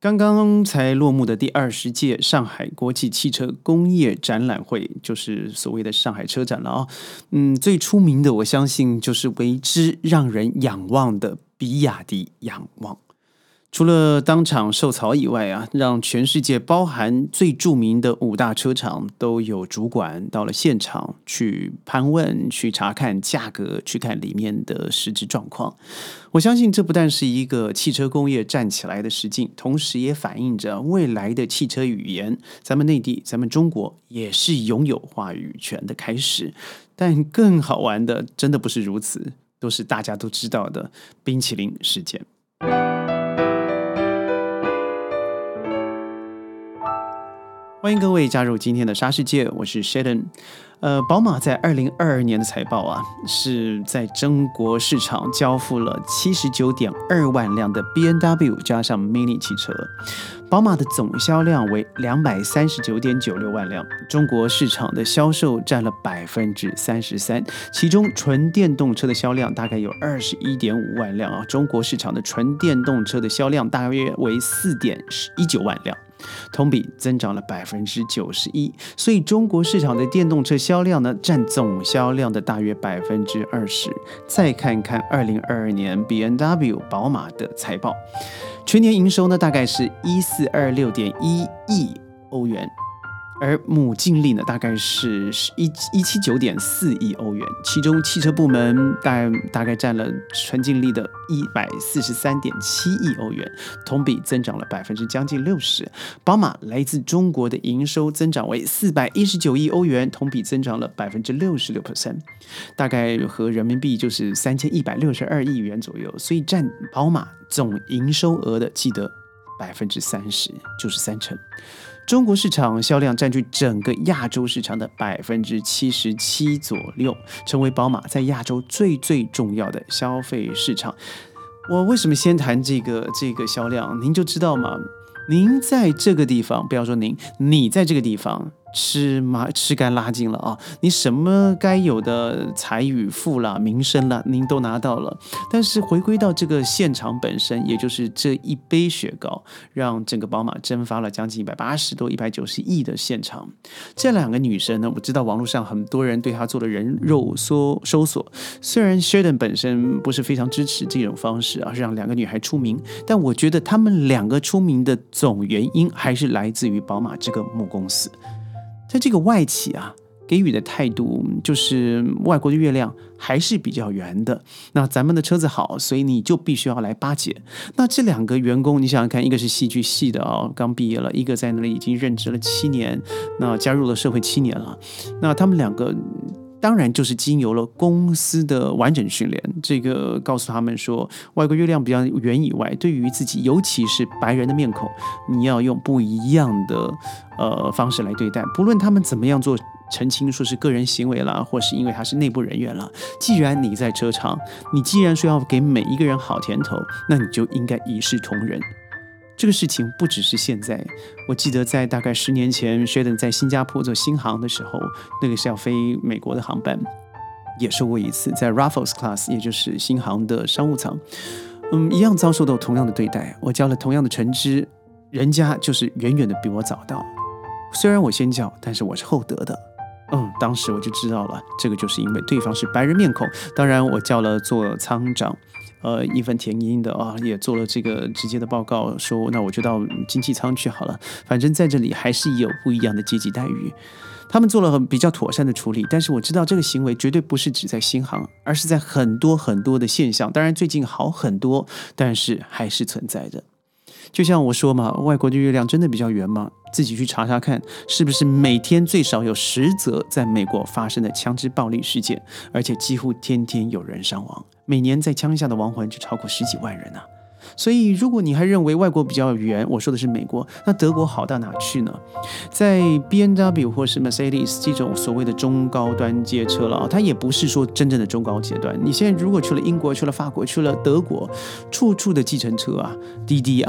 刚刚才落幕的第20届上海国际汽车工业展览会，就是所谓的上海车展了啊。最出名的，我相信就是为之让人仰望的比亚迪仰望。除了当场受曹以外啊，让全世界包含最著名的5大车厂都有主管到了现场去盘问、去查看价格、去看里面的实质状况。我相信这不但是一个汽车工业站起来的实境，同时也反映着未来的汽车语言，咱们内地、咱们中国也是拥有话语权的开始。但更好玩的真的不是如此，都是大家都知道的冰淇淋事件。欢迎各位加入今天的沙世界，我是 Sheldon。宝马在2022年的财报啊，是在中国市场交付了79.2万辆的 BMW 加上 Mini 汽车，宝马的总销量为239.96万辆，中国市场的销售占了33%，其中纯电动车的销量大概有21.5万辆啊，中国市场的纯电动车的销量大约为4.19万辆。同比增长了91%，所以中国市场的电动车销量呢，占总销量的大约20%。再看看2022年 BMW 宝马的财报，全年营收呢大概是1426.1亿欧元。而母净利呢，大概是179.4亿欧元，其中汽车部门大概占了纯净利的143.7亿欧元，同比增长了将近60%。宝马来自中国的营收增长为419亿欧元，同比增长了66%，大概和人民币就是3162亿元左右，所以占宝马总营收额的记得30%，就是30%。中国市场销量占据整个亚洲市场的77%左右，成为宝马在亚洲最重要的消费市场。我为什么先谈这个销量？您就知道吗？您在这个地方，不要说你在这个地方吃干拉净了啊！你什么该有的财与富啦、名声啦，您都拿到了。但是回归到这个现场本身，也就是这一杯雪糕，让整个宝马蒸发了将近180多、190亿的现场。这2个女生呢，我知道网络上很多人对她做了人肉搜索。虽然 Sheldon 本身不是非常支持这种方式啊，让2个女孩出名，但我觉得她们2个出名的总原因还是来自于宝马这个母公司。在这个外企啊，给予的态度就是外国的月亮还是比较圆的，那咱们的车子好，所以你就必须要来巴结。那这2个员工，你想想看，一个是戏剧系的刚毕业了，一个在那里已经任职了7年，那加入了社会7年了，那他们2个当然就是经由了公司的完整训练，这个告诉他们说，外国月亮比较圆以外，对于自己尤其是白人的面孔，你要用不一样的方式来对待，不论他们怎么样做澄清，说是个人行为啦，或是因为他是内部人员啦，既然你在车厂，你既然说要给每一个人好甜头，那你就应该一视同仁。这个事情不只是现在，我记得在大概10年前 Sheldon 在新加坡做新航的时候，那个是要飞美国的航班，也受过一次，在 Raffles Class 也就是新航的商务舱，一样遭受到同样的对待，我交了同样的成绩，人家就是远远的比我早到，虽然我先叫，但是我是后得的。当时我就知道了，这个就是因为对方是白人面孔。当然我叫了做舱长义愤填膺的也做了这个直接的报告，说那我就到经济舱去好了，反正在这里还是有不一样的阶级待遇。他们做了比较妥善的处理，但是我知道这个行为绝对不是只在新航，而是在很多的现象，当然最近好很多，但是还是存在的。就像我说嘛，外国的月亮真的比较圆吗？自己去查查看，是不是每天最少有10则在美国发生的枪支暴力事件，而且几乎天天有人伤亡，每年在枪下的亡魂就超过10几万人啊。所以如果你还认为外国比较圆，我说的是美国，那德国好到哪去呢？在 BMW 或是 Mercedes 这种所谓的中高端街车了，它也不是说真正的中高阶段。你现在如果去了英国，去了法国，去了德国，处处的计程车啊、滴滴啊，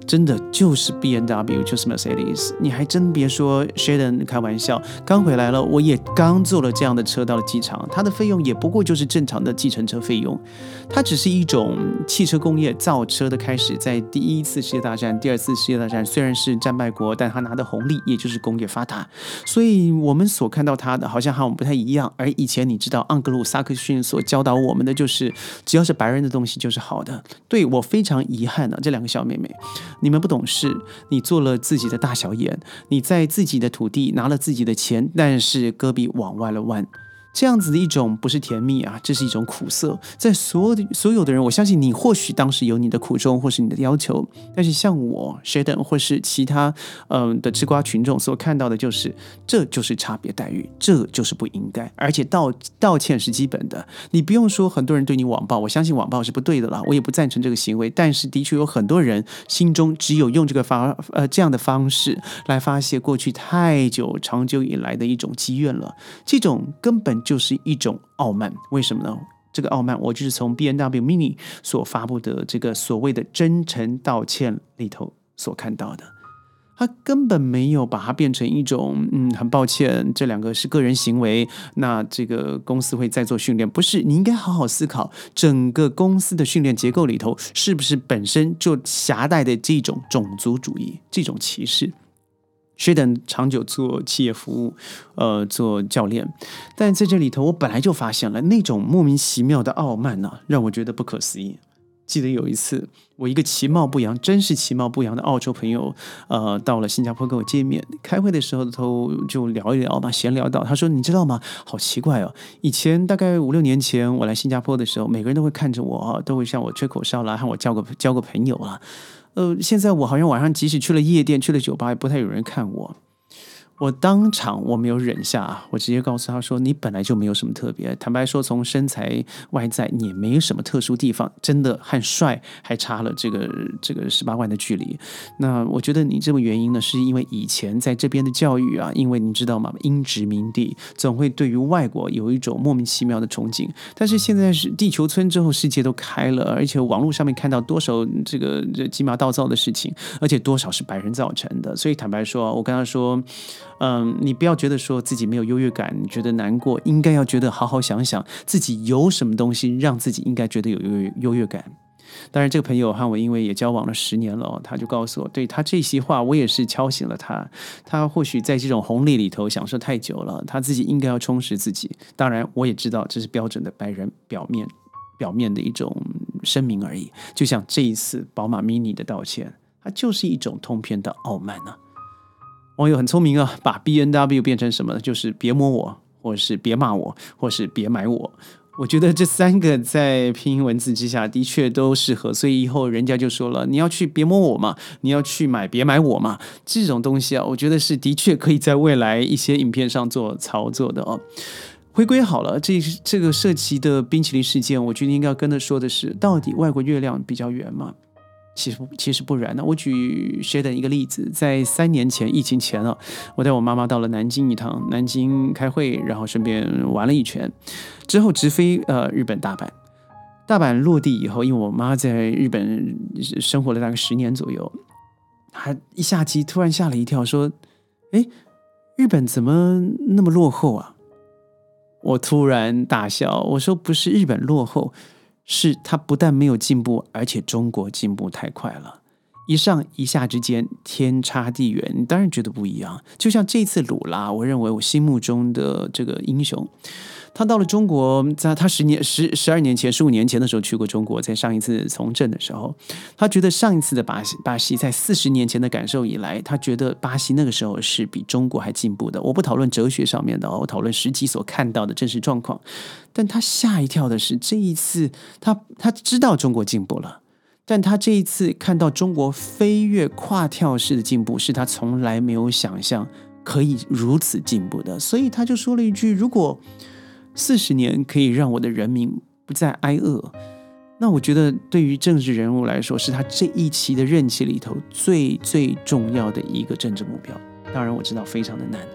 真的就是 BMW 就是 Mercedes， 你还真别说 Sheldon 开玩笑，刚回来了，我也刚坐了这样的车到了机场，它的费用也不过就是正常的计程车费用，它只是一种汽车工业造车的开始，在第一次世界大战、第二次世界大战虽然是战败国，但它拿的红利也就是工业发达，所以我们所看到它的好像和我们不太一样，而以前你知道盎格鲁撒克逊所教导我们的就是只要是白人的东西就是好的。对，我非常遗憾这两个小妹妹，你们不懂事，你做了自己的大小眼，你在自己的土地拿了自己的钱，但是胳膊往外了弯，这样子的一种不是甜蜜啊，这是一种苦涩。在所有的人，我相信你或许当时有你的苦衷或是你的要求，但是像我 Sheldon 或是其他的吃瓜群众所看到的就是这就是差别待遇，这就是不应该，而且道歉是基本的。你不用说很多人对你网暴，我相信网暴是不对的啦，我也不赞成这个行为，但是的确有很多人心中只有用这样的方式来发泄过去长久以来的一种积怨了，这种根本就是一种傲慢。为什么呢？这个傲慢我就是从 BMW Mini 所发布的这个所谓的真诚道歉里头所看到的，他根本没有把它变成一种很抱歉这两个是个人行为，那这个公司会再做训练，不是，你应该好好思考整个公司的训练结构里头是不是本身就夹带的这种种族主义，这种歧视。Sheldon 长久做企业服务，做教练，但在这里头，我本来就发现了那种莫名其妙的傲慢让我觉得不可思议。记得有一次，我一个其貌不扬，真是其貌不扬的澳洲朋友，到了新加坡跟我见面，开会的时候就聊一聊嘛，闲聊到，他说：“你知道吗？好奇怪哦，以前大概5-6年前我来新加坡的时候，每个人都会看着我，都会向我吹口哨啦，和我交个朋友啦。现在我好像晚上即使去了夜店、去了酒吧，也不太有人看我。”我当场我没有忍下，我直接告诉他说：“你本来就没有什么特别，坦白说，从身材外在你也没有什么特殊地方，真的和帅还差了这个18万的距离。那我觉得你这个原因呢，是因为以前在这边的教育啊，因为你知道吗，英殖民地总会对于外国有一种莫名其妙的憧憬。但是现在是地球村之后，世界都开了，而且网络上面看到多少这鸡毛倒灶的事情，而且多少是白人造成的。所以坦白说，我跟他说。”你不要觉得说自己没有优越感，你觉得难过，应该要觉得好好想想自己有什么东西让自己应该觉得有优越感。当然这个朋友和我因为也交往了10年了，他就告诉我，对，他这些话我也是敲醒了他或许在这种红利里头享受太久了，他自己应该要充实自己。当然我也知道这是标准的白人表面的一种声明而已，就像这一次宝马 Mini 的道歉，它就是一种通篇的傲慢啊。网友很聪明啊，把 BMW 变成什么呢？就是别摸我，或是别骂我，或是别买我。我觉得这3个在拼音文字之下的确都适合，所以以后人家就说了，你要去别摸我嘛，你要去别买我嘛，这种东西啊，我觉得是的确可以在未来一些影片上做操作的哦。回归好了，这个涉及的冰淇淋事件，我觉得应该要跟他说的是，到底外国月亮比较圆吗？其实不然呢。我举 Sheldon 一个例子，在3年前疫情前我带我妈妈到了南京一趟，南京开会，然后顺便玩了一圈，之后直飞日本大阪。大阪落地以后，因为我妈在日本生活了大概10年左右，她一下机突然吓了一跳，说：“哎，日本怎么那么落后啊？”我突然大笑，我说：“不是日本落后。”是它不但没有进步，而且中国进步太快了，一上一下之间天差地远，你当然觉得不一样。就像这次鲁拉，我认为我心目中的这个英雄，他到了中国，在他12年前、15年前的时候去过中国，在上一次从政的时候，他觉得上一次的巴西在40年前的感受以来，他觉得巴西那个时候是比中国还进步的。我不讨论哲学上面的，我讨论实际所看到的真实状况。但他吓一跳的是，这一次他知道中国进步了，但他这一次看到中国飞跃跨跳式的进步，是他从来没有想象可以如此进步的。所以他就说了一句：“如果40年可以让我的人民不再挨饿，那我觉得对于政治人物来说，是他这一期的任期里头最重要的一个政治目标。”当然我知道非常的难，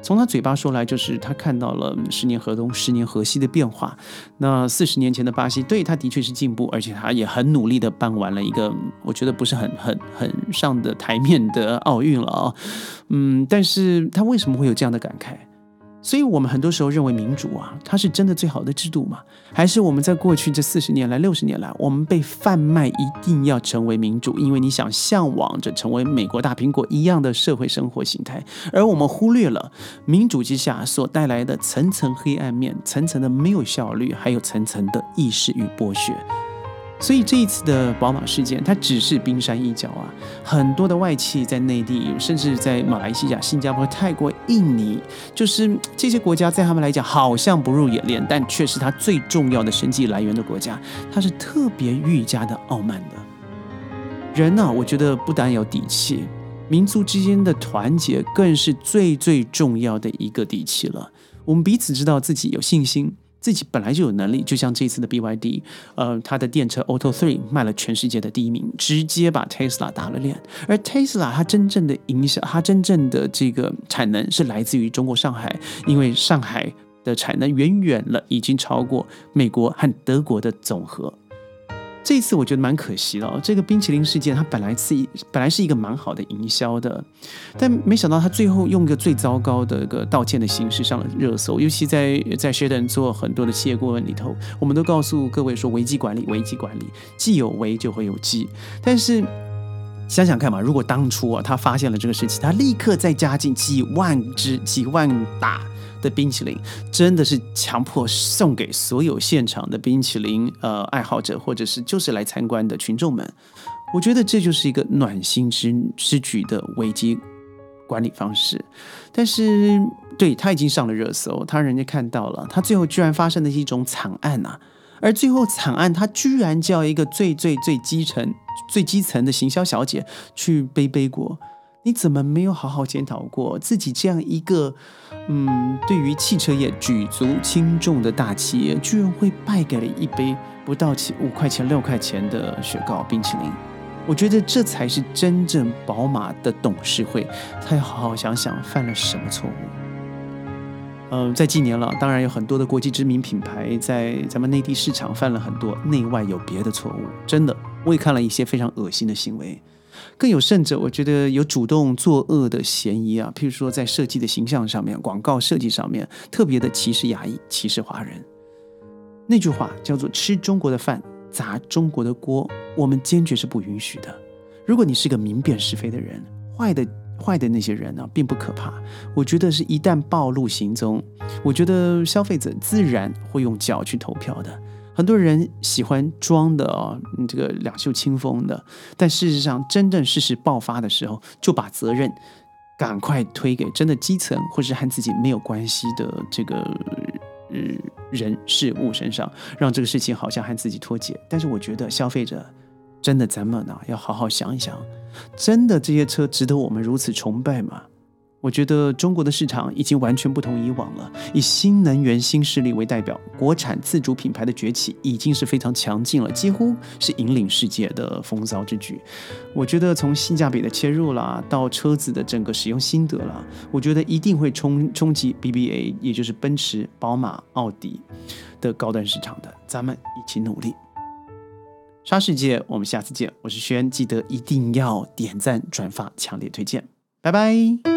从他嘴巴说来，就是他看到了10年河东10年河西的变化。那40年前的巴西，对，他的确是进步，而且他也很努力的办完了一个我觉得不是很上的台面的奥运了啊。但是他为什么会有这样的感慨？所以我们很多时候认为民主啊，它是真的最好的制度吗？还是我们在过去这40年来、60年来，我们被贩卖一定要成为民主，因为你想向往着成为美国大苹果一样的社会生活形态，而我们忽略了民主之下所带来的层层黑暗面、层层的没有效率，还有层层的意识与剥削。所以这一次的宝马事件，它只是冰山一角啊！很多的外企在内地，甚至在马来西亚、新加坡、泰国、印尼，就是这些国家，在他们来讲好像不入眼帘，但却是它最重要的生计来源的国家，它是特别愈加的傲慢的。人啊，我觉得不但有底气，民族之间的团结更是最重要的一个底气了。我们彼此知道自己有信心。自己本来就有能力，就像这次的 BYD，它的电车 Auto3 卖了全世界的第1名，直接把 Tesla 打了脸。而 Tesla 它真正的影响，它真正的这个产能是来自于中国上海，因为上海的产能远远了，已经超过美国和德国的总和。这一次我觉得蛮可惜的这个冰淇淋事件它本来是一个蛮好的营销的，但没想到它最后用一个最糟糕的一个道歉的形式上了热搜。尤其在 Sheldon 做很多的企业顾问里头，我们都告诉各位说危机管理，既有危就会有机。但是想想看嘛，如果当初他发现了这个事情，他立刻再加进几万打的冰淇淋，真的是强迫送给所有现场的冰淇淋爱好者，或者是就是来参观的群众们。我觉得这就是一个暖心之举的危机管理方式。但是对，他已经上了热搜，他让人家看到了，他最后居然发生的是一种惨案啊！而最后惨案，他居然叫一个最基层的行销小姐去背锅。你怎么没有好好检讨过自己这样一个对于汽车业举足轻重的大企业，居然会败给了一杯不到5块钱6块钱的雪糕冰淇淋？我觉得这才是真正宝马的董事会，他要好好想想犯了什么错误。在近年了，当然有很多的国际知名品牌在咱们内地市场犯了很多内外有别的错误，真的，我也看了一些非常恶心的行为。更有甚者，我觉得有主动作恶的嫌疑啊，譬如说在设计的形象上面、广告设计上面，特别的歧视亚裔、歧视华人。那句话叫做吃中国的饭，砸中国的锅，我们坚决是不允许的。如果你是个明辨是非的人，坏的那些人呢，并不可怕。我觉得是一旦暴露行踪，我觉得消费者自然会用脚去投票的。很多人喜欢装的这个两袖清风的，但事实上真正事实爆发的时候，就把责任赶快推给真的基层或是和自己没有关系的这个人事物身上，让这个事情好像和自己脱节。但是我觉得消费者真的咱们要好好想一想，真的这些车值得我们如此崇拜吗？我觉得中国的市场已经完全不同以往了，以新能源新势力为代表，国产自主品牌的崛起已经是非常强劲了，几乎是引领世界的风骚之举。我觉得从性价比的切入啦，到车子的整个使用心得啦，我觉得一定会冲击 BBA， 也就是奔驰、宝马、奥迪的高端市场的，咱们一起努力。沙世界，我们下次见，我是轩，记得一定要点赞、转发、强烈推荐，拜拜。